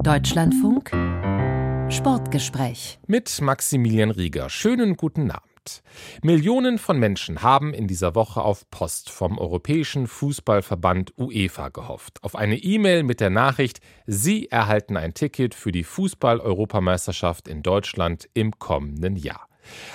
Deutschlandfunk Sportgespräch mit Maximilian Rieger. Schönen guten Abend. Millionen von Menschen haben in dieser Woche auf Post vom Europäischen Fußballverband UEFA gehofft. Auf eine E-Mail mit der Nachricht, sie erhalten ein Ticket für die Fußball-Europameisterschaft in Deutschland im kommenden Jahr.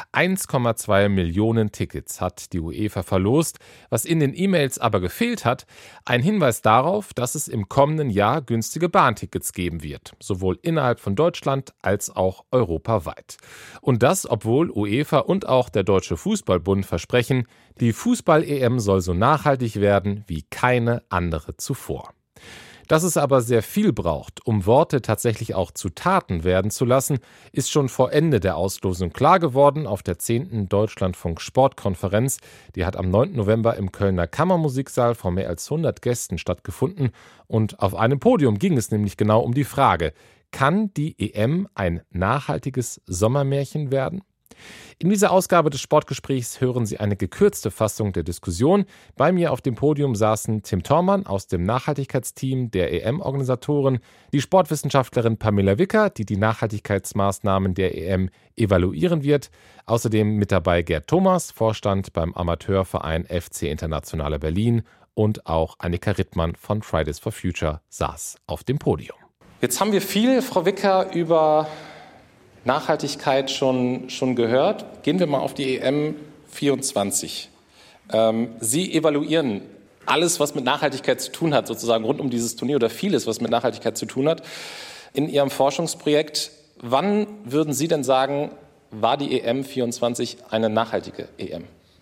1,2 Millionen Tickets hat die UEFA verlost. Was in den E-Mails aber gefehlt hat, ein Hinweis darauf, dass es im kommenden Jahr günstige Bahntickets geben wird, sowohl innerhalb von Deutschland als auch europaweit. Und das, obwohl UEFA und auch der Deutsche Fußballbund versprechen, die Fußball-EM soll so nachhaltig werden wie keine andere zuvor. Dass es aber sehr viel braucht, um Worte tatsächlich auch zu Taten werden zu lassen, ist schon vor Ende der Auslosung klar geworden auf der 10. Deutschlandfunk-Sportkonferenz. Die hat am 9. November im Kölner Kammermusiksaal vor mehr als 100 Gästen stattgefunden. Und auf einem Podium ging es nämlich genau um die Frage, kann die EM ein nachhaltiges Sommermärchen werden? In dieser Ausgabe des Sportgesprächs hören Sie eine gekürzte Fassung der Diskussion. Bei mir auf dem Podium saßen Tim Thormann aus dem Nachhaltigkeitsteam der EM-Organisatoren, die Sportwissenschaftlerin Pamela Wicker, die Nachhaltigkeitsmaßnahmen der EM evaluieren wird. Außerdem mit dabei Gerd Thomas, Vorstand beim Amateurverein FC Internationale Berlin, und auch Annika Rittmann von Fridays for Future saß auf dem Podium. Jetzt haben wir viel, Frau Wicker, über Nachhaltigkeit schon gehört. Gehen wir mal auf die EM 24. Sie evaluieren alles, was mit Nachhaltigkeit zu tun hat, sozusagen rund um dieses Turnier, oder vieles, was mit Nachhaltigkeit zu tun hat, in Ihrem Forschungsprojekt. Wann würden Sie denn sagen, war die EM 24 eine nachhaltige EM?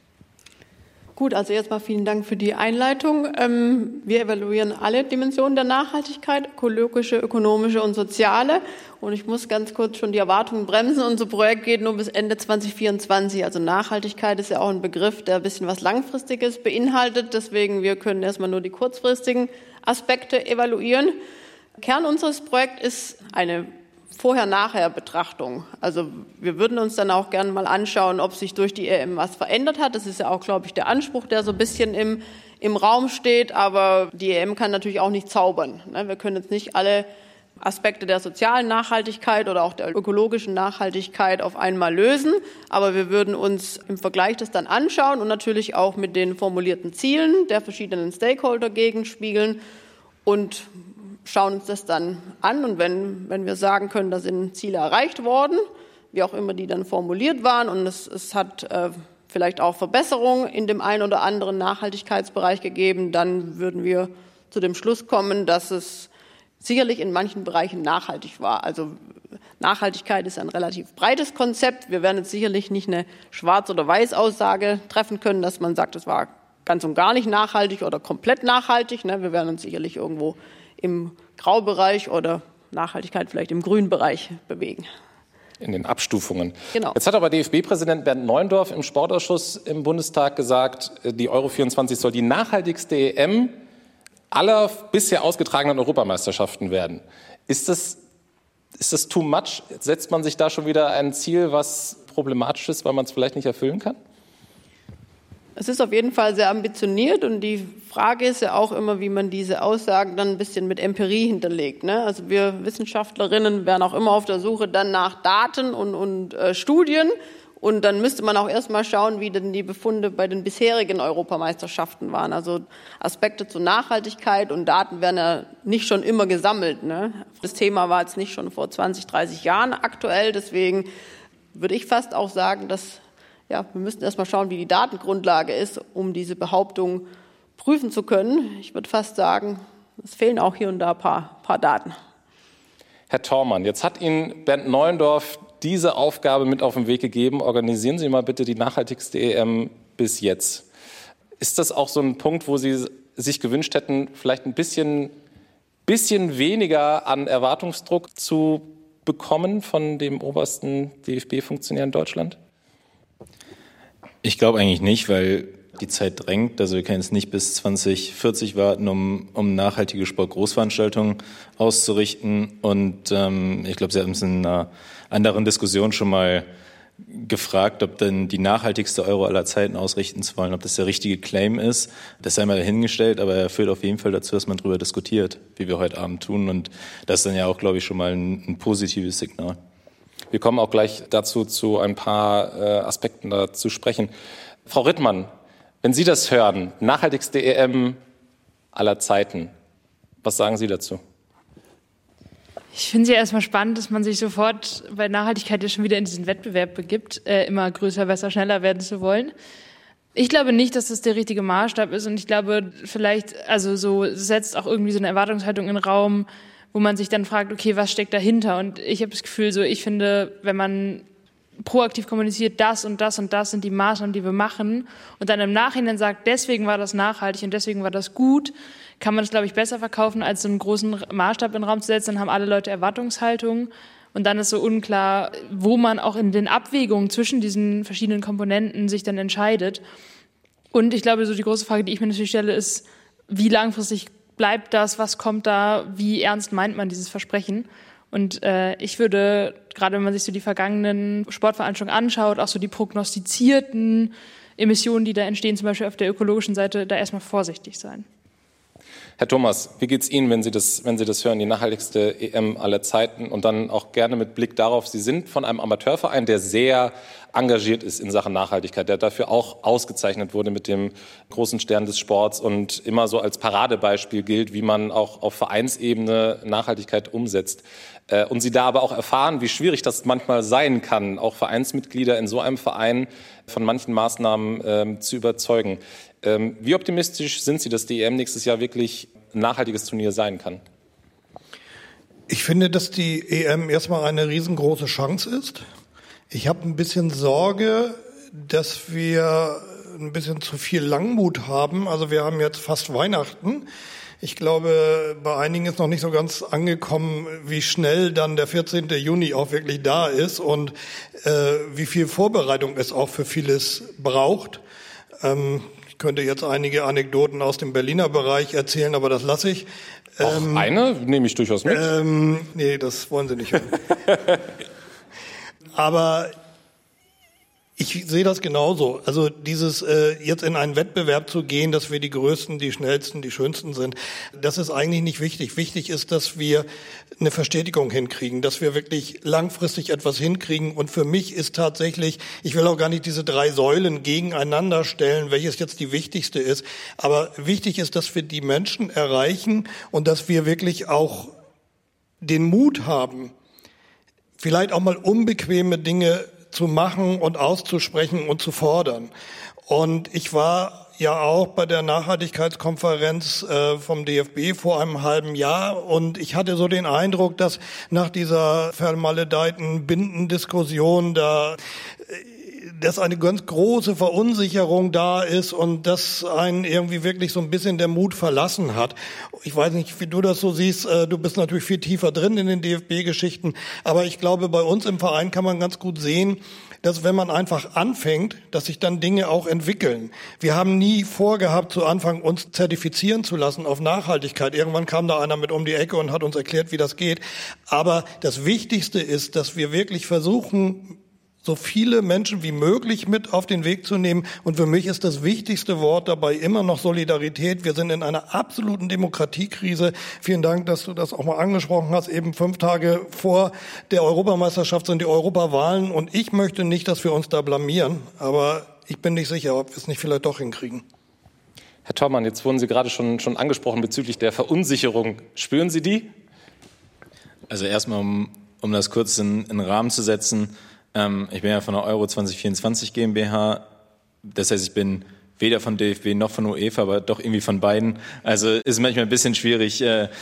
Gut, also erstmal vielen Dank für die Einleitung. Wir evaluieren alle Dimensionen der Nachhaltigkeit, ökologische, ökonomische und soziale. Und ich muss ganz kurz schon die Erwartungen bremsen. Unser Projekt geht nur bis Ende 2024. Also Nachhaltigkeit ist ja auch ein Begriff, der ein bisschen was Langfristiges beinhaltet. Deswegen, wir können erstmal nur die kurzfristigen Aspekte evaluieren. Kern unseres Projekts ist eine Vorher-Nachher-Betrachtung. Also wir würden uns dann auch gerne mal anschauen, ob sich durch die EM was verändert hat. Das ist ja auch, glaube ich, der Anspruch, der so ein bisschen im Raum steht. Aber die EM kann natürlich auch nicht zaubern. Wir können jetzt nicht alle Aspekte der sozialen Nachhaltigkeit oder auch der ökologischen Nachhaltigkeit auf einmal lösen. Aber wir würden uns im Vergleich das dann anschauen und natürlich auch mit den formulierten Zielen der verschiedenen Stakeholder gegenspiegeln und schauen uns das dann an. Und wenn wir sagen können, da sind Ziele erreicht worden, wie auch immer die dann formuliert waren, und es hat vielleicht auch Verbesserungen in dem einen oder anderen Nachhaltigkeitsbereich gegeben, dann würden wir zu dem Schluss kommen, dass es sicherlich in manchen Bereichen nachhaltig war. Also Nachhaltigkeit ist ein relativ breites Konzept. Wir werden jetzt sicherlich nicht eine Schwarz- oder Weiß-Aussage treffen können, dass man sagt, es war ganz und gar nicht nachhaltig oder komplett nachhaltig. Wir werden uns sicherlich irgendwo im Graubereich oder Nachhaltigkeit vielleicht im Grünbereich bewegen. In den Abstufungen. Genau. Jetzt hat aber DFB-Präsident Bernd Neuendorf im Sportausschuss im Bundestag gesagt, die Euro 24 soll die nachhaltigste EM aller bisher ausgetragenen Europameisterschaften werden. Ist das too much? Setzt man sich da schon wieder ein Ziel, was problematisch ist, weil man es vielleicht nicht erfüllen kann? Es ist auf jeden Fall sehr ambitioniert, und die Frage ist ja auch immer, wie man diese Aussagen dann ein bisschen mit Empirie hinterlegt. Also wir Wissenschaftlerinnen wären auch immer auf der Suche dann nach Daten und Studien, und dann müsste man auch erstmal schauen, wie denn die Befunde bei den bisherigen Europameisterschaften waren. Also Aspekte zur Nachhaltigkeit und Daten werden ja nicht schon immer gesammelt. Das Thema war jetzt nicht schon vor 20, 30 Jahren aktuell, deswegen würde ich fast auch sagen, dass wir müssen erst mal schauen, wie die Datengrundlage ist, um diese Behauptung prüfen zu können. Ich würde fast sagen, es fehlen auch hier und da ein paar Daten. Herr Thormann, jetzt hat Ihnen Bernd Neuendorf diese Aufgabe mit auf den Weg gegeben. Organisieren Sie mal bitte die nachhaltigste EM bis jetzt. Ist das auch so ein Punkt, wo Sie sich gewünscht hätten, vielleicht ein bisschen weniger an Erwartungsdruck zu bekommen von dem obersten DFB-Funktionär in Deutschland? Ich glaube eigentlich nicht, weil die Zeit drängt. Also wir können jetzt nicht bis 2040 warten, um nachhaltige Sportgroßveranstaltungen auszurichten. Und ich glaube, Sie haben es in einer anderen Diskussion schon mal gefragt, ob denn die nachhaltigste Euro aller Zeiten ausrichten zu wollen, ob das der richtige Claim ist. Das sei mal dahingestellt, aber er führt auf jeden Fall dazu, dass man darüber diskutiert, wie wir heute Abend tun. Und das ist dann ja auch, glaube ich, schon mal ein positives Signal. Wir kommen auch gleich dazu, zu ein paar Aspekten da zu sprechen. Frau Rittmann, wenn Sie das hören, nachhaltigste EM aller Zeiten, was sagen Sie dazu? Ich finde es ja erstmal spannend, dass man sich sofort bei Nachhaltigkeit ja schon wieder in diesen Wettbewerb begibt, immer größer, besser, schneller werden zu wollen. Ich glaube nicht, dass das der richtige Maßstab ist und ich glaube vielleicht, also so setzt auch irgendwie so eine Erwartungshaltung in den Raum, wo man sich dann fragt, okay, was steckt dahinter? Und ich habe das Gefühl, so ich finde, wenn man proaktiv kommuniziert, das und das und das sind die Maßnahmen, die wir machen und dann im Nachhinein sagt, deswegen war das nachhaltig und deswegen war das gut, kann man das, glaube ich, besser verkaufen, als so einen großen Maßstab in den Raum zu setzen. Dann haben alle Leute Erwartungshaltung und dann ist so unklar, wo man auch in den Abwägungen zwischen diesen verschiedenen Komponenten sich dann entscheidet. Und ich glaube, so die große Frage, die ich mir natürlich stelle, ist, wie langfristig bleibt das, was kommt da, wie ernst meint man dieses Versprechen? Und ich würde, gerade wenn man sich so die vergangenen Sportveranstaltungen anschaut, auch so die prognostizierten Emissionen, die da entstehen, zum Beispiel auf der ökologischen Seite, da erstmal vorsichtig sein. Herr Thomas, wie geht's Ihnen, wenn Sie das hören, die nachhaltigste EM aller Zeiten und dann auch gerne mit Blick darauf, Sie sind von einem Amateurverein, der sehr engagiert ist in Sachen Nachhaltigkeit, der dafür auch ausgezeichnet wurde mit dem großen Stern des Sports und immer so als Paradebeispiel gilt, wie man auch auf Vereinsebene Nachhaltigkeit umsetzt. Und Sie da aber auch erfahren, wie schwierig das manchmal sein kann, auch Vereinsmitglieder in so einem Verein von manchen Maßnahmen zu überzeugen. Wie optimistisch sind Sie, dass die EM nächstes Jahr wirklich ein nachhaltiges Turnier sein kann? Ich finde, dass die EM erstmal eine riesengroße Chance ist. Ich habe ein bisschen Sorge, dass wir ein bisschen zu viel Langmut haben. Also wir haben jetzt fast Weihnachten. Ich glaube, bei einigen ist noch nicht so ganz angekommen, wie schnell dann der 14. Juni auch wirklich da ist und wie viel Vorbereitung es auch für vieles braucht. Ich könnte jetzt einige Anekdoten aus dem Berliner Bereich erzählen, aber das lasse ich. Auch eine nehme ich durchaus mit. Nee, das wollen Sie nicht hören. Aber ich sehe das genauso. Also dieses jetzt in einen Wettbewerb zu gehen, dass wir die Größten, die Schnellsten, die Schönsten sind, das ist eigentlich nicht wichtig. Wichtig ist, dass wir eine Verstetigung hinkriegen, dass wir wirklich langfristig etwas hinkriegen. Und für mich ist tatsächlich, ich will auch gar nicht diese 3 Säulen gegeneinander stellen, welches jetzt die wichtigste ist. Aber wichtig ist, dass wir die Menschen erreichen und dass wir wirklich auch den Mut haben, vielleicht auch mal unbequeme Dinge zu machen und auszusprechen und zu fordern. Und ich war ja auch bei der Nachhaltigkeitskonferenz vom DFB vor einem halben Jahr und ich hatte so den Eindruck, dass nach dieser vermaledeiten Bindendiskussion dass eine ganz große Verunsicherung da ist und dass einen irgendwie wirklich so ein bisschen der Mut verlassen hat. Ich weiß nicht, wie du das so siehst. Du bist natürlich viel tiefer drin in den DFB-Geschichten. Aber ich glaube, bei uns im Verein kann man ganz gut sehen, dass wenn man einfach anfängt, dass sich dann Dinge auch entwickeln. Wir haben nie vorgehabt, zu Anfang uns zertifizieren zu lassen auf Nachhaltigkeit. Irgendwann kam da einer mit um die Ecke und hat uns erklärt, wie das geht. Aber das Wichtigste ist, dass wir wirklich versuchen, so viele Menschen wie möglich mit auf den Weg zu nehmen. Und für mich ist das wichtigste Wort dabei immer noch Solidarität. Wir sind in einer absoluten Demokratiekrise. Vielen Dank, dass du das auch mal angesprochen hast. Eben 5 Tage vor der Europameisterschaft sind die Europawahlen. Und ich möchte nicht, dass wir uns da blamieren. Aber ich bin nicht sicher, ob wir es nicht vielleicht doch hinkriegen. Herr Thormann, jetzt wurden Sie gerade schon angesprochen bezüglich der Verunsicherung. Spüren Sie die? Also erstmal, um das kurz in den Rahmen zu setzen. Ich bin ja von der Euro 2024 GmbH, das heißt, ich bin weder von DFB noch von UEFA, aber doch irgendwie von beiden. Also ist manchmal ein bisschen schwierig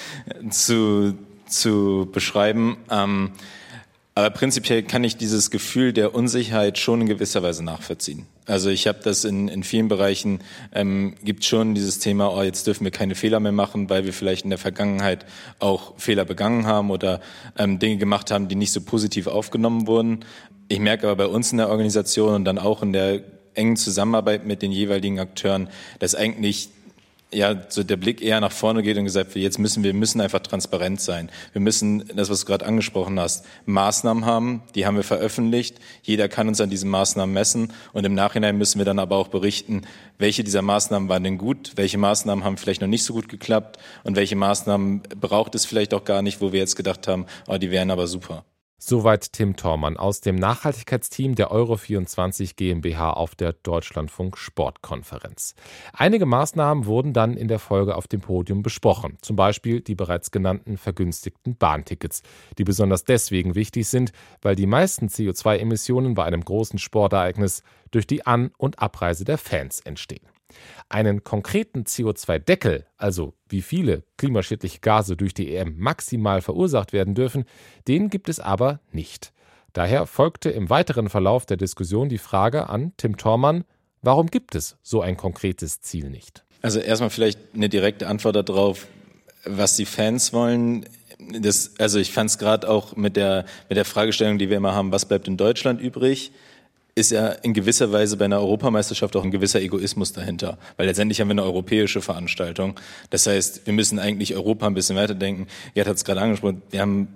zu beschreiben. Aber prinzipiell kann ich dieses Gefühl der Unsicherheit schon in gewisser Weise nachvollziehen. Also ich habe das in vielen Bereichen, gibt schon dieses Thema, oh, jetzt dürfen wir keine Fehler mehr machen, weil wir vielleicht in der Vergangenheit auch Fehler begangen haben oder Dinge gemacht haben, die nicht so positiv aufgenommen wurden. Ich merke aber bei uns in der Organisation und dann auch in der engen Zusammenarbeit mit den jeweiligen Akteuren, dass eigentlich so der Blick eher nach vorne geht und gesagt wird, wir müssen einfach transparent sein. Wir müssen, das, was du gerade angesprochen hast, Maßnahmen haben, die haben wir veröffentlicht. Jeder kann uns an diesen Maßnahmen messen und im Nachhinein müssen wir dann aber auch berichten, welche dieser Maßnahmen waren denn gut, welche Maßnahmen haben vielleicht noch nicht so gut geklappt und welche Maßnahmen braucht es vielleicht auch gar nicht, wo wir jetzt gedacht haben, die wären aber super. Soweit Tim Thormann aus dem Nachhaltigkeitsteam der Euro24 GmbH auf der Deutschlandfunk Sportkonferenz. Einige Maßnahmen wurden dann in der Folge auf dem Podium besprochen, zum Beispiel die bereits genannten vergünstigten Bahntickets, die besonders deswegen wichtig sind, weil die meisten CO2-Emissionen bei einem großen Sportereignis durch die An- und Abreise der Fans entstehen. Einen konkreten CO2-Deckel, also wie viele klimaschädliche Gase durch die EM maximal verursacht werden dürfen, den gibt es aber nicht. Daher folgte im weiteren Verlauf der Diskussion die Frage an Tim Thormann, warum gibt es so ein konkretes Ziel nicht? Also erstmal vielleicht eine direkte Antwort darauf, was die Fans wollen. Ich fand es gerade auch mit der Fragestellung, die wir immer haben, was bleibt in Deutschland übrig, ist ja in gewisser Weise bei einer Europameisterschaft auch ein gewisser Egoismus dahinter. Weil letztendlich haben wir eine europäische Veranstaltung. Das heißt, wir müssen eigentlich Europa ein bisschen weiterdenken. Gerd hat es gerade angesprochen, wir haben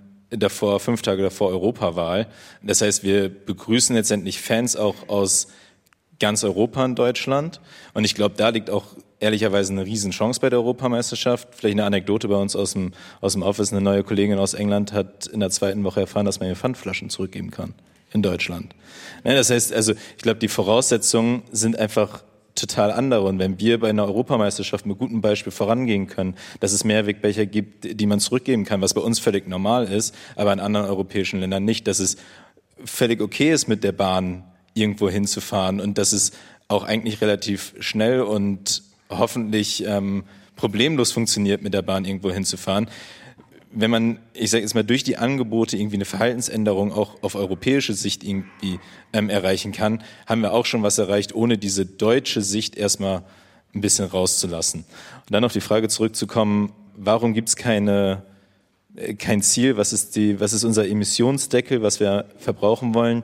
5 Tage davor Europawahl. Das heißt, wir begrüßen letztendlich Fans auch aus ganz Europa in Deutschland. Und ich glaube, da liegt auch ehrlicherweise eine Riesenchance bei der Europameisterschaft. Vielleicht eine Anekdote bei uns aus dem Office. Eine neue Kollegin aus England hat in der 2. Woche erfahren, dass man ihr Pfandflaschen zurückgeben kann in Deutschland. Das heißt, also ich glaube, die Voraussetzungen sind einfach total andere. Und wenn wir bei einer Europameisterschaft mit gutem Beispiel vorangehen können, dass es Mehrwegbecher gibt, die man zurückgeben kann, was bei uns völlig normal ist, aber in anderen europäischen Ländern nicht, dass es völlig okay ist, mit der Bahn irgendwo hinzufahren und dass es auch eigentlich relativ schnell und hoffentlich problemlos funktioniert, mit der Bahn irgendwo hinzufahren. Wenn man, ich sage jetzt mal, durch die Angebote irgendwie eine Verhaltensänderung auch auf europäische Sicht irgendwie erreichen kann, haben wir auch schon was erreicht, ohne diese deutsche Sicht erstmal ein bisschen rauszulassen. Und dann auf die Frage zurückzukommen, warum gibt es kein Ziel, was ist unser Emissionsdeckel, was wir verbrauchen wollen?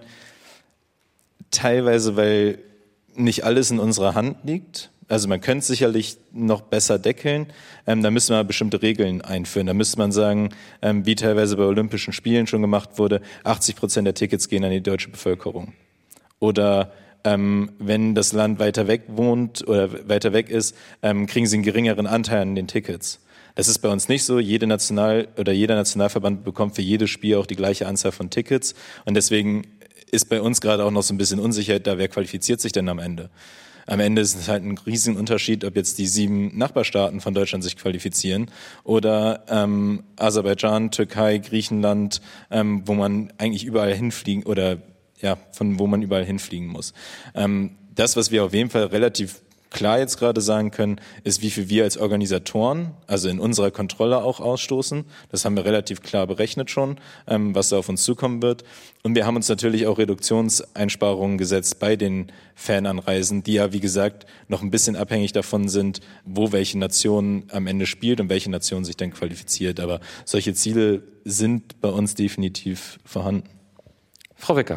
Teilweise, weil nicht alles in unserer Hand liegt. Also man könnte sicherlich noch besser deckeln, da müsste man bestimmte Regeln einführen. Da müsste man sagen, wie teilweise bei Olympischen Spielen schon gemacht wurde, 80% der Tickets gehen an die deutsche Bevölkerung. Oder wenn das Land weiter weg wohnt oder weiter weg ist, kriegen sie einen geringeren Anteil an den Tickets. Das ist bei uns nicht so. Jeder Nationalverband bekommt für jedes Spiel auch die gleiche Anzahl von Tickets. Und deswegen ist bei uns gerade auch noch so ein bisschen Unsicherheit da, wer qualifiziert sich denn am Ende? Am Ende ist es halt ein Riesenunterschied, ob jetzt die 7 Nachbarstaaten von Deutschland sich qualifizieren oder Aserbaidschan, Türkei, Griechenland, wo man eigentlich überall hinfliegen oder von wo man überall hinfliegen muss. Das, was wir auf jeden Fall relativ klar jetzt gerade sagen können, ist, wie viel wir als Organisatoren, also in unserer Kontrolle auch ausstoßen. Das haben wir relativ klar berechnet schon, was da auf uns zukommen wird. Und wir haben uns natürlich auch Reduktionseinsparungen gesetzt bei den Fananreisen, die ja, wie gesagt, noch ein bisschen abhängig davon sind, wo welche Nation am Ende spielt und welche Nation sich dann qualifiziert. Aber solche Ziele sind bei uns definitiv vorhanden. Frau Wecker.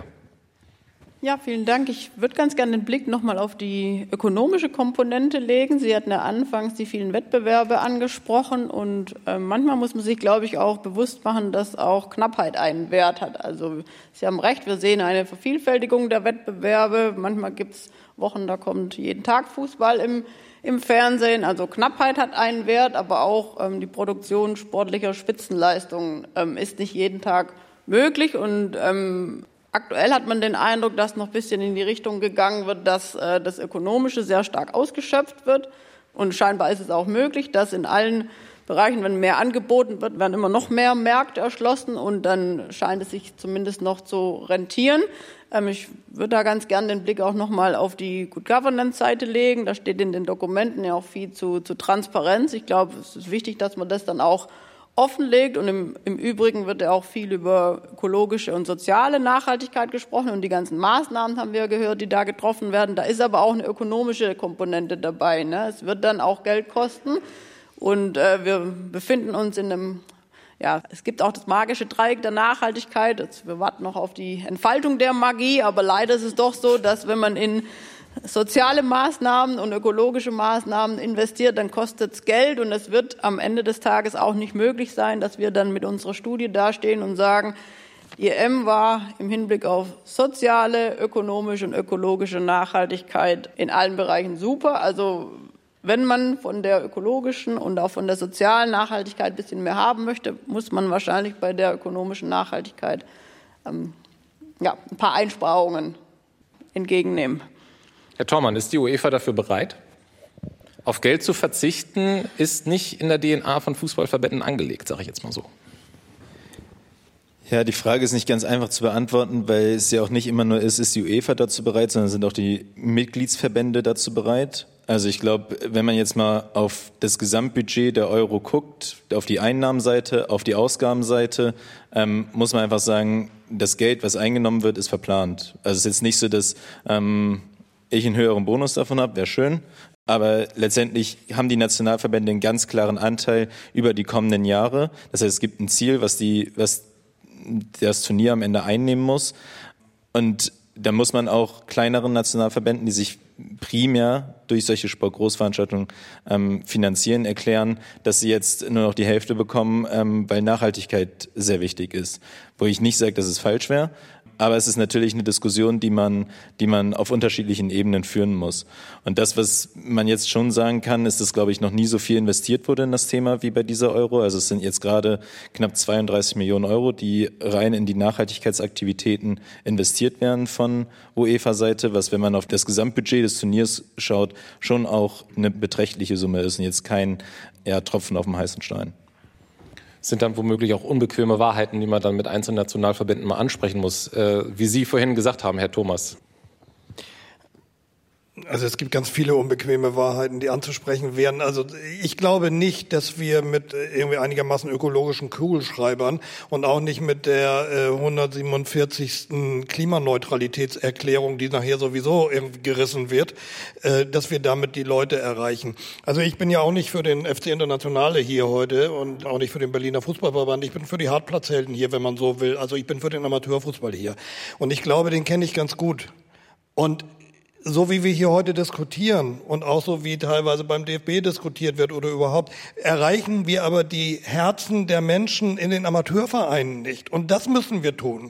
Ja, vielen Dank. Ich würde ganz gerne den Blick nochmal auf die ökonomische Komponente legen. Sie hatten ja anfangs die vielen Wettbewerbe angesprochen und manchmal muss man sich, glaube ich, auch bewusst machen, dass auch Knappheit einen Wert hat. Also Sie haben recht, wir sehen eine Vervielfältigung der Wettbewerbe. Manchmal gibt es Wochen, da kommt jeden Tag Fußball im Fernsehen. Also Knappheit hat einen Wert, aber auch die Produktion sportlicher Spitzenleistungen ist nicht jeden Tag möglich und aktuell hat man den Eindruck, dass noch ein bisschen in die Richtung gegangen wird, dass das Ökonomische sehr stark ausgeschöpft wird. Und scheinbar ist es auch möglich, dass in allen Bereichen, wenn mehr angeboten wird, werden immer noch mehr Märkte erschlossen und dann scheint es sich zumindest noch zu rentieren. Ich würde da ganz gern den Blick auch nochmal auf die Good Governance-Seite legen. Da steht in den Dokumenten ja auch viel zu Transparenz. Ich glaube, es ist wichtig, dass man das dann auch offenlegt und im Übrigen wird ja auch viel über ökologische und soziale Nachhaltigkeit gesprochen und die ganzen Maßnahmen haben wir gehört, die da getroffen werden. Da ist aber auch eine ökonomische Komponente dabei, ne? Es wird dann auch Geld kosten und wir befinden uns in einem, es gibt auch das magische Dreieck der Nachhaltigkeit. Wir warten noch auf die Entfaltung der Magie, aber leider ist es doch so, dass wenn man in soziale Maßnahmen und ökologische Maßnahmen investiert, dann kostet es Geld und es wird am Ende des Tages auch nicht möglich sein, dass wir dann mit unserer Studie dastehen und sagen, die EM war im Hinblick auf soziale, ökonomische und ökologische Nachhaltigkeit in allen Bereichen super. Also wenn man von der ökologischen und auch von der sozialen Nachhaltigkeit ein bisschen mehr haben möchte, muss man wahrscheinlich bei der ökonomischen Nachhaltigkeit ein paar Einsparungen entgegennehmen. Herr Thormann, ist die UEFA dafür bereit? Auf Geld zu verzichten ist nicht in der DNA von Fußballverbänden angelegt, sage ich jetzt mal so. Ja, die Frage ist nicht ganz einfach zu beantworten, weil es ja auch nicht immer nur ist die UEFA dazu bereit, sondern sind auch die Mitgliedsverbände dazu bereit. Also ich glaube, wenn man jetzt mal auf das Gesamtbudget der Euro guckt, auf die Einnahmenseite, auf die Ausgabenseite, muss man einfach sagen, das Geld, was eingenommen wird, ist verplant. Also es ist jetzt nicht so, dass ich einen höheren Bonus davon habe, wäre schön. Aber letztendlich haben die Nationalverbände einen ganz klaren Anteil über die kommenden Jahre. Das heißt, es gibt ein Ziel, was das Turnier am Ende einnehmen muss. Und da muss man auch kleineren Nationalverbänden, die sich primär durch solche Sportgroßveranstaltungen finanzieren, erklären, dass sie jetzt nur noch die Hälfte bekommen, weil Nachhaltigkeit sehr wichtig ist. Wo ich nicht sage, dass es falsch wäre. Aber es ist natürlich eine Diskussion, die man auf unterschiedlichen Ebenen führen muss. Und das, was man jetzt schon sagen kann, ist, dass, glaube ich, noch nie so viel investiert wurde in das Thema wie bei dieser Euro. Also es sind jetzt gerade knapp 32 Millionen Euro, die rein in die Nachhaltigkeitsaktivitäten investiert werden von UEFA-Seite, was, wenn man auf das Gesamtbudget des Turniers schaut, schon auch eine beträchtliche Summe ist und jetzt kein Tropfen auf dem heißen Stein. Sind dann womöglich auch unbequeme Wahrheiten, die man dann mit einzelnen Nationalverbänden mal ansprechen muss, wie Sie vorhin gesagt haben, Herr Thomas. Also es gibt ganz viele unbequeme Wahrheiten, die anzusprechen wären. Also ich glaube nicht, dass wir mit irgendwie einigermaßen ökologischen Kugelschreibern und auch nicht mit der 147. Klimaneutralitätserklärung, die nachher sowieso irgendwie gerissen wird, dass wir damit die Leute erreichen. Also ich bin ja auch nicht für den FC Internationale hier heute und auch nicht für den Berliner Fußballverband. Ich bin für die Hartplatzhelden hier, wenn man so will. Also ich bin für den Amateurfußball hier. Und ich glaube, den kenne ich ganz gut. Und so wie wir hier heute diskutieren und auch so wie teilweise beim DFB diskutiert wird oder überhaupt, erreichen wir aber die Herzen der Menschen in den Amateurvereinen nicht. Und das müssen wir tun.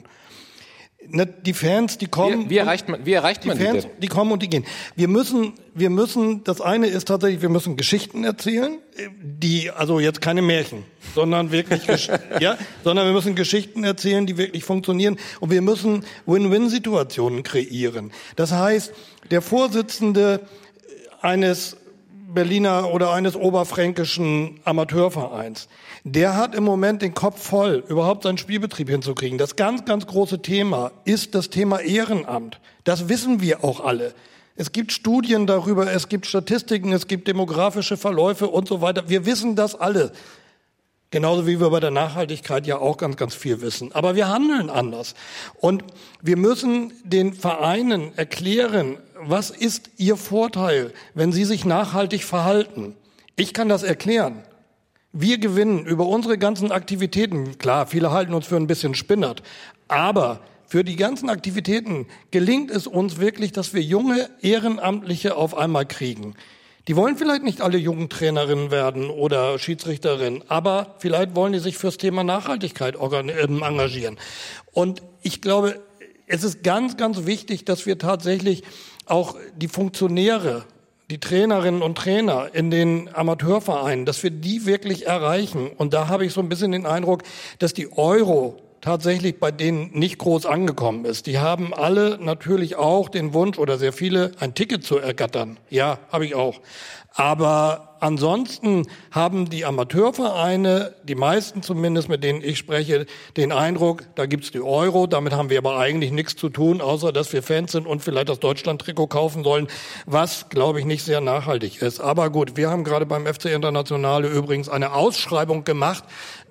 Die Fans, die kommen. Wie erreicht man die Fans, denn? Die kommen und die gehen. Wir müssen, das eine ist tatsächlich, wir müssen Geschichten erzählen, also jetzt keine Märchen, sondern wirklich, sondern wir müssen Geschichten erzählen, die wirklich funktionieren. Und wir müssen Win-Win-Situationen kreieren. Das heißt, der Vorsitzende eines Berliner oder eines oberfränkischen Amateurvereins, der hat im Moment den Kopf voll, überhaupt seinen Spielbetrieb hinzukriegen. Das ganz, ganz große Thema ist das Thema Ehrenamt. Das wissen wir auch alle. Es gibt Studien darüber, es gibt Statistiken, es gibt demografische Verläufe und so weiter. Wir wissen das alle. Genauso wie wir bei der Nachhaltigkeit ja auch ganz, ganz viel wissen. Aber wir handeln anders. Und wir müssen den Vereinen erklären, was ist ihr Vorteil, wenn sie sich nachhaltig verhalten. Ich kann das erklären. Wir gewinnen über unsere ganzen Aktivitäten. Klar, viele halten uns für ein bisschen spinnert. Aber für die ganzen Aktivitäten gelingt es uns wirklich, dass wir junge Ehrenamtliche auf einmal kriegen. Die wollen vielleicht nicht alle Jugendtrainerinnen werden oder Schiedsrichterinnen, aber vielleicht wollen die sich fürs Thema Nachhaltigkeit engagieren. Und ich glaube, es ist ganz, ganz wichtig, dass wir tatsächlich auch die Funktionäre, die Trainerinnen und Trainer in den Amateurvereinen, dass wir die wirklich erreichen. Und da habe ich so ein bisschen den Eindruck, dass die Euro tatsächlich bei denen nicht groß angekommen ist. Die haben alle natürlich auch den Wunsch oder sehr viele, ein Ticket zu ergattern. Ja, habe ich auch. Aber ansonsten haben die Amateurvereine, die meisten zumindest, mit denen ich spreche, den Eindruck, da gibt's die Euro, damit haben wir aber eigentlich nichts zu tun, außer dass wir Fans sind und vielleicht das Deutschland-Trikot kaufen sollen, was, glaube ich, nicht sehr nachhaltig ist. Aber gut, wir haben gerade beim FC Internationale übrigens eine Ausschreibung gemacht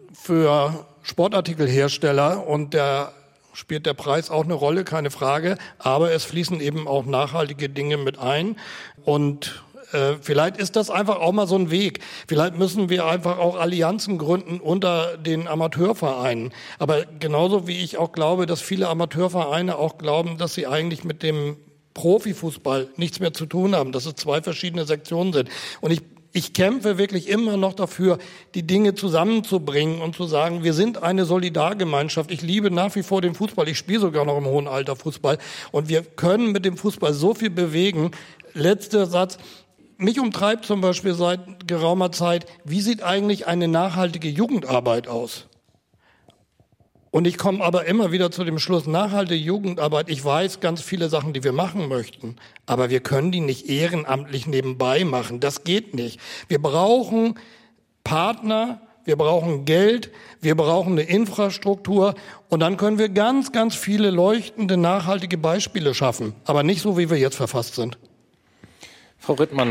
für Sportartikelhersteller und da spielt der Preis auch eine Rolle, keine Frage, aber es fließen eben auch nachhaltige Dinge mit ein und vielleicht ist das einfach auch mal so ein Weg. Vielleicht müssen wir einfach auch Allianzen gründen unter den Amateurvereinen. Aber genauso wie ich auch glaube, dass viele Amateurvereine auch glauben, dass sie eigentlich mit dem Profifußball nichts mehr zu tun haben, dass es 2 verschiedene Sektionen sind. Und ich kämpfe wirklich immer noch dafür, die Dinge zusammenzubringen und zu sagen, wir sind eine Solidargemeinschaft. Ich liebe nach wie vor den Fußball. Ich spiele sogar noch im hohen Alter Fußball. Und wir können mit dem Fußball so viel bewegen. Letzter Satz. Mich umtreibt zum Beispiel seit geraumer Zeit, wie sieht eigentlich eine nachhaltige Jugendarbeit aus? Und ich komme aber immer wieder zu dem Schluss, nachhaltige Jugendarbeit, ich weiß ganz viele Sachen, die wir machen möchten, aber wir können die nicht ehrenamtlich nebenbei machen. Das geht nicht. Wir brauchen Partner, wir brauchen Geld, wir brauchen eine Infrastruktur und dann können wir ganz, ganz viele leuchtende, nachhaltige Beispiele schaffen. Aber nicht so, wie wir jetzt verfasst sind. Frau Rittmann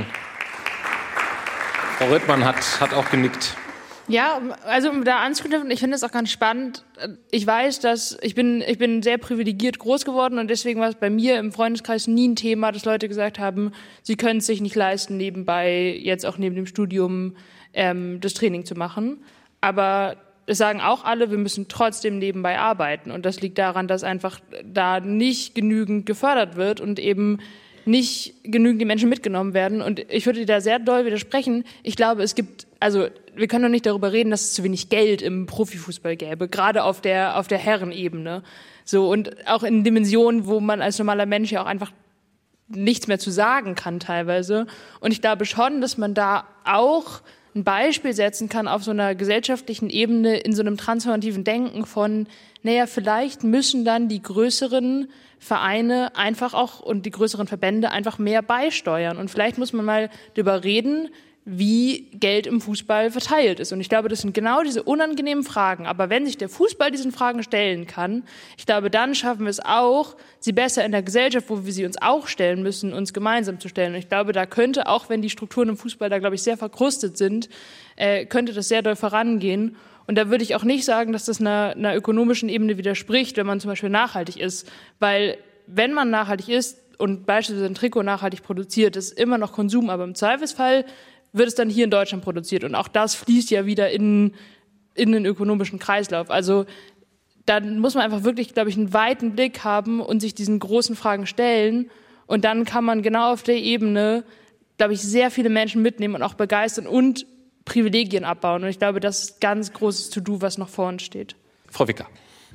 hat auch genickt. Ja, also um da anzuknüpfen, ich finde es auch ganz spannend. Ich weiß, dass ich bin sehr privilegiert groß geworden und deswegen war es bei mir im Freundeskreis nie ein Thema, dass Leute gesagt haben, sie können es sich nicht leisten, nebenbei jetzt auch neben dem Studium das Training zu machen. Aber es sagen auch alle, wir müssen trotzdem nebenbei arbeiten und das liegt daran, dass einfach da nicht genügend gefördert wird und eben nicht genügend die Menschen mitgenommen werden. Und ich würde da sehr doll widersprechen. Ich glaube, wir können doch nicht darüber reden, dass es zu wenig Geld im Profifußball gäbe, gerade auf der Herrenebene. So, und auch in Dimensionen, wo man als normaler Mensch ja auch einfach nichts mehr zu sagen kann teilweise. Und ich glaube schon, dass man da auch ein Beispiel setzen kann auf so einer gesellschaftlichen Ebene in so einem transformativen Denken von, vielleicht müssen dann die größeren Vereine einfach auch und die größeren Verbände einfach mehr beisteuern. Und vielleicht muss man mal darüber reden, wie Geld im Fußball verteilt ist. Und ich glaube, das sind genau diese unangenehmen Fragen. Aber wenn sich der Fußball diesen Fragen stellen kann, ich glaube, dann schaffen wir es auch, sie besser in der Gesellschaft, wo wir sie uns auch stellen müssen, uns gemeinsam zu stellen. Und ich glaube, da könnte, auch wenn die Strukturen im Fußball da, glaube ich, sehr verkrustet sind, könnte das sehr doll vorangehen. Und da würde ich auch nicht sagen, dass das einer ökonomischen Ebene widerspricht, wenn man zum Beispiel nachhaltig ist. Weil wenn man nachhaltig ist und beispielsweise ein Trikot nachhaltig produziert, ist immer noch Konsum, aber im Zweifelsfall wird es dann hier in Deutschland produziert. Und auch das fließt ja wieder in den ökonomischen Kreislauf. Also dann muss man einfach wirklich, glaube ich, einen weiten Blick haben und sich diesen großen Fragen stellen. Und dann kann man genau auf der Ebene, glaube ich, sehr viele Menschen mitnehmen und auch begeistern und Privilegien abbauen. Und ich glaube, das ist ein ganz großes To-Do, was noch vor uns steht. Frau Wicker.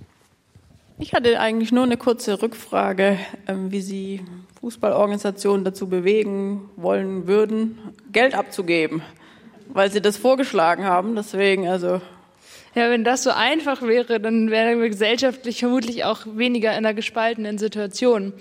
Ich hatte eigentlich nur eine kurze Rückfrage, wie Sie Fußballorganisationen dazu bewegen wollen würden, Geld abzugeben, weil Sie das vorgeschlagen haben. Deswegen, Ja, wenn das so einfach wäre, dann wären wir gesellschaftlich vermutlich auch weniger in einer gespaltenen Situation.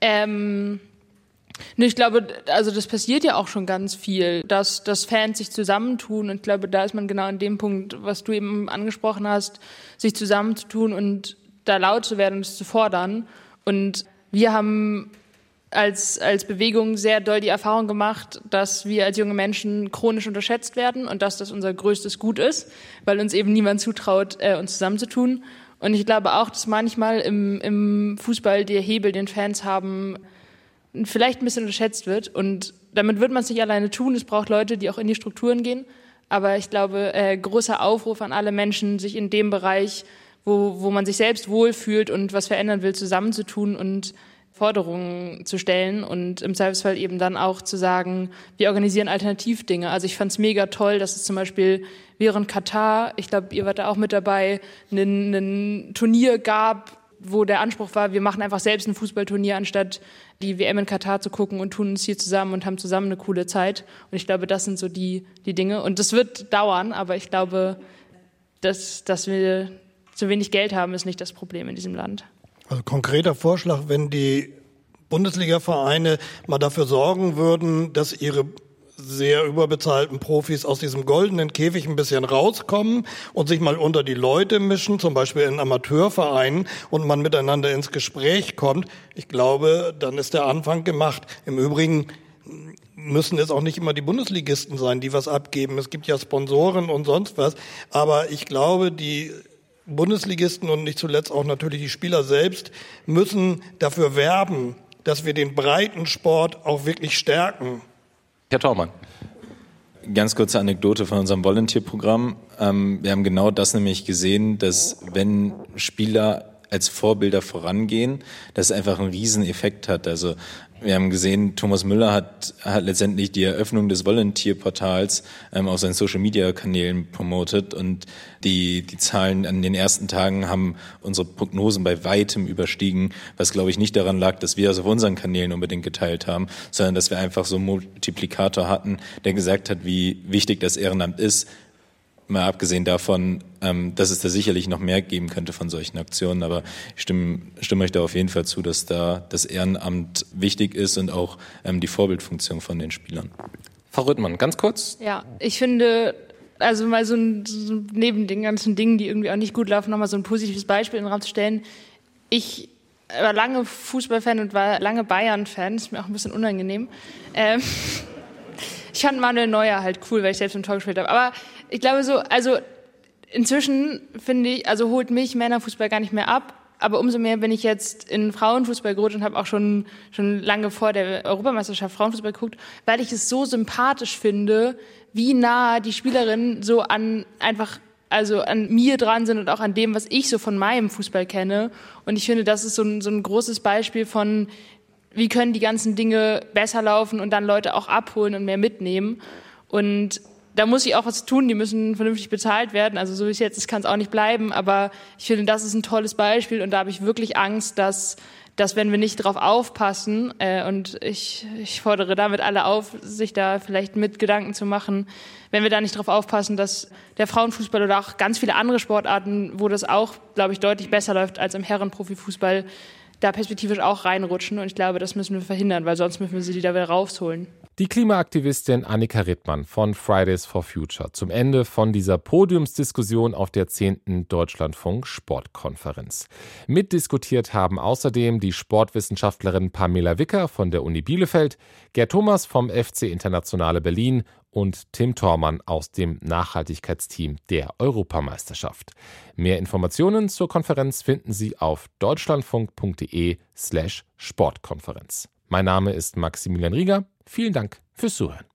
Ich glaube, also das passiert ja auch schon ganz viel, dass Fans sich zusammentun. Und ich glaube, da ist man genau an dem Punkt, was du eben angesprochen hast, sich zusammenzutun und da laut zu werden und es zu fordern. Und wir haben als Bewegung sehr doll die Erfahrung gemacht, dass wir als junge Menschen chronisch unterschätzt werden und dass das unser größtes Gut ist, weil uns eben niemand zutraut, uns zusammenzutun. Und ich glaube auch, dass manchmal im Fußball der Hebel, den Fans haben, vielleicht ein bisschen unterschätzt wird. Und damit wird man es nicht alleine tun. Es braucht Leute, die auch in die Strukturen gehen. Aber ich glaube, großer Aufruf an alle Menschen, sich in dem Bereich, wo man sich selbst wohlfühlt und was verändern will, zusammenzutun und Forderungen zu stellen und im Zweifelsfall eben dann auch zu sagen, wir organisieren Alternativdinge. Also ich fand es mega toll, dass es zum Beispiel während Katar, ich glaube, ihr wart da auch mit dabei, ein Turnier gab, wo der Anspruch war, wir machen einfach selbst ein Fußballturnier, anstatt die WM in Katar zu gucken und tun uns hier zusammen und haben zusammen eine coole Zeit. Und ich glaube, das sind so die Dinge. Und das wird dauern, aber ich glaube, dass wir zu wenig Geld haben, ist nicht das Problem in diesem Land. Also konkreter Vorschlag, wenn die Bundesliga-Vereine mal dafür sorgen würden, dass ihre sehr überbezahlten Profis aus diesem goldenen Käfig ein bisschen rauskommen und sich mal unter die Leute mischen, zum Beispiel in Amateurvereinen, und man miteinander ins Gespräch kommt. Ich glaube, dann ist der Anfang gemacht. Im Übrigen müssen es auch nicht immer die Bundesligisten sein, die was abgeben. Es gibt ja Sponsoren und sonst was. Aber ich glaube, die Bundesligisten und nicht zuletzt auch natürlich die Spieler selbst müssen dafür werben, dass wir den Breitensport auch wirklich stärken. Herr Thormann. Ganz kurze Anekdote von unserem Volunteer-Programm. Wir haben genau das nämlich gesehen, dass wenn Spieler als Vorbilder vorangehen, das einfach einen Rieseneffekt hat. Also Wir haben gesehen, Thomas Müller hat letztendlich die Eröffnung des Volunteer-Portals auf seinen Social-Media-Kanälen promotet und die Zahlen an den ersten Tagen haben unsere Prognosen bei weitem überstiegen, was glaube ich nicht daran lag, dass wir es auf unseren Kanälen unbedingt geteilt haben, sondern dass wir einfach so einen Multiplikator hatten, der gesagt hat, wie wichtig das Ehrenamt ist. Mal abgesehen davon, dass es da sicherlich noch mehr geben könnte von solchen Aktionen, aber ich stimme euch da auf jeden Fall zu, dass da das Ehrenamt wichtig ist und auch die Vorbildfunktion von den Spielern. Frau Rüttmann, ganz kurz. Ja, ich finde, also mal so neben den ganzen Dingen, die irgendwie auch nicht gut laufen, nochmal so ein positives Beispiel in den Raum zu stellen. Ich war lange Fußballfan und war lange Bayern-Fan, ist mir auch ein bisschen unangenehm. Ich fand Manuel Neuer halt cool, weil ich selbst im Tor gespielt habe. Aber ich glaube so, also inzwischen finde ich, also holt mich Männerfußball gar nicht mehr ab. Aber umso mehr bin ich jetzt in Frauenfußball gerutscht und habe auch schon lange vor der Europameisterschaft Frauenfußball geguckt, weil ich es so sympathisch finde, wie nah die Spielerinnen so an mir dran sind und auch an dem, was ich so von meinem Fußball kenne. Und ich finde, das ist so ein großes Beispiel von, wie können die ganzen Dinge besser laufen und dann Leute auch abholen und mehr mitnehmen. Und da muss ich auch was tun, die müssen vernünftig bezahlt werden. Also so wie es jetzt ist, kann es auch nicht bleiben. Aber ich finde, das ist ein tolles Beispiel und da habe ich wirklich Angst, dass wenn wir nicht drauf aufpassen, und ich fordere damit alle auf, sich da vielleicht mit Gedanken zu machen, wenn wir da nicht drauf aufpassen, dass der Frauenfußball oder auch ganz viele andere Sportarten, wo das auch, glaube ich, deutlich besser läuft als im Herrenprofifußball, da perspektivisch auch reinrutschen. Und ich glaube, das müssen wir verhindern, weil sonst müssen wir sie da wieder rausholen. Die Klimaaktivistin Annika Rittmann von Fridays for Future zum Ende von dieser Podiumsdiskussion auf der 10. Deutschlandfunk Sportkonferenz. Mitdiskutiert haben außerdem die Sportwissenschaftlerin Pamela Wicker von der Uni Bielefeld, Gerd Thomas vom FC Internationale Berlin und Tim Thormann aus dem Nachhaltigkeitsteam der Europameisterschaft. Mehr Informationen zur Konferenz finden Sie auf deutschlandfunk.de/Sportkonferenz. Mein Name ist Maximilian Rieger. Vielen Dank fürs Zuhören.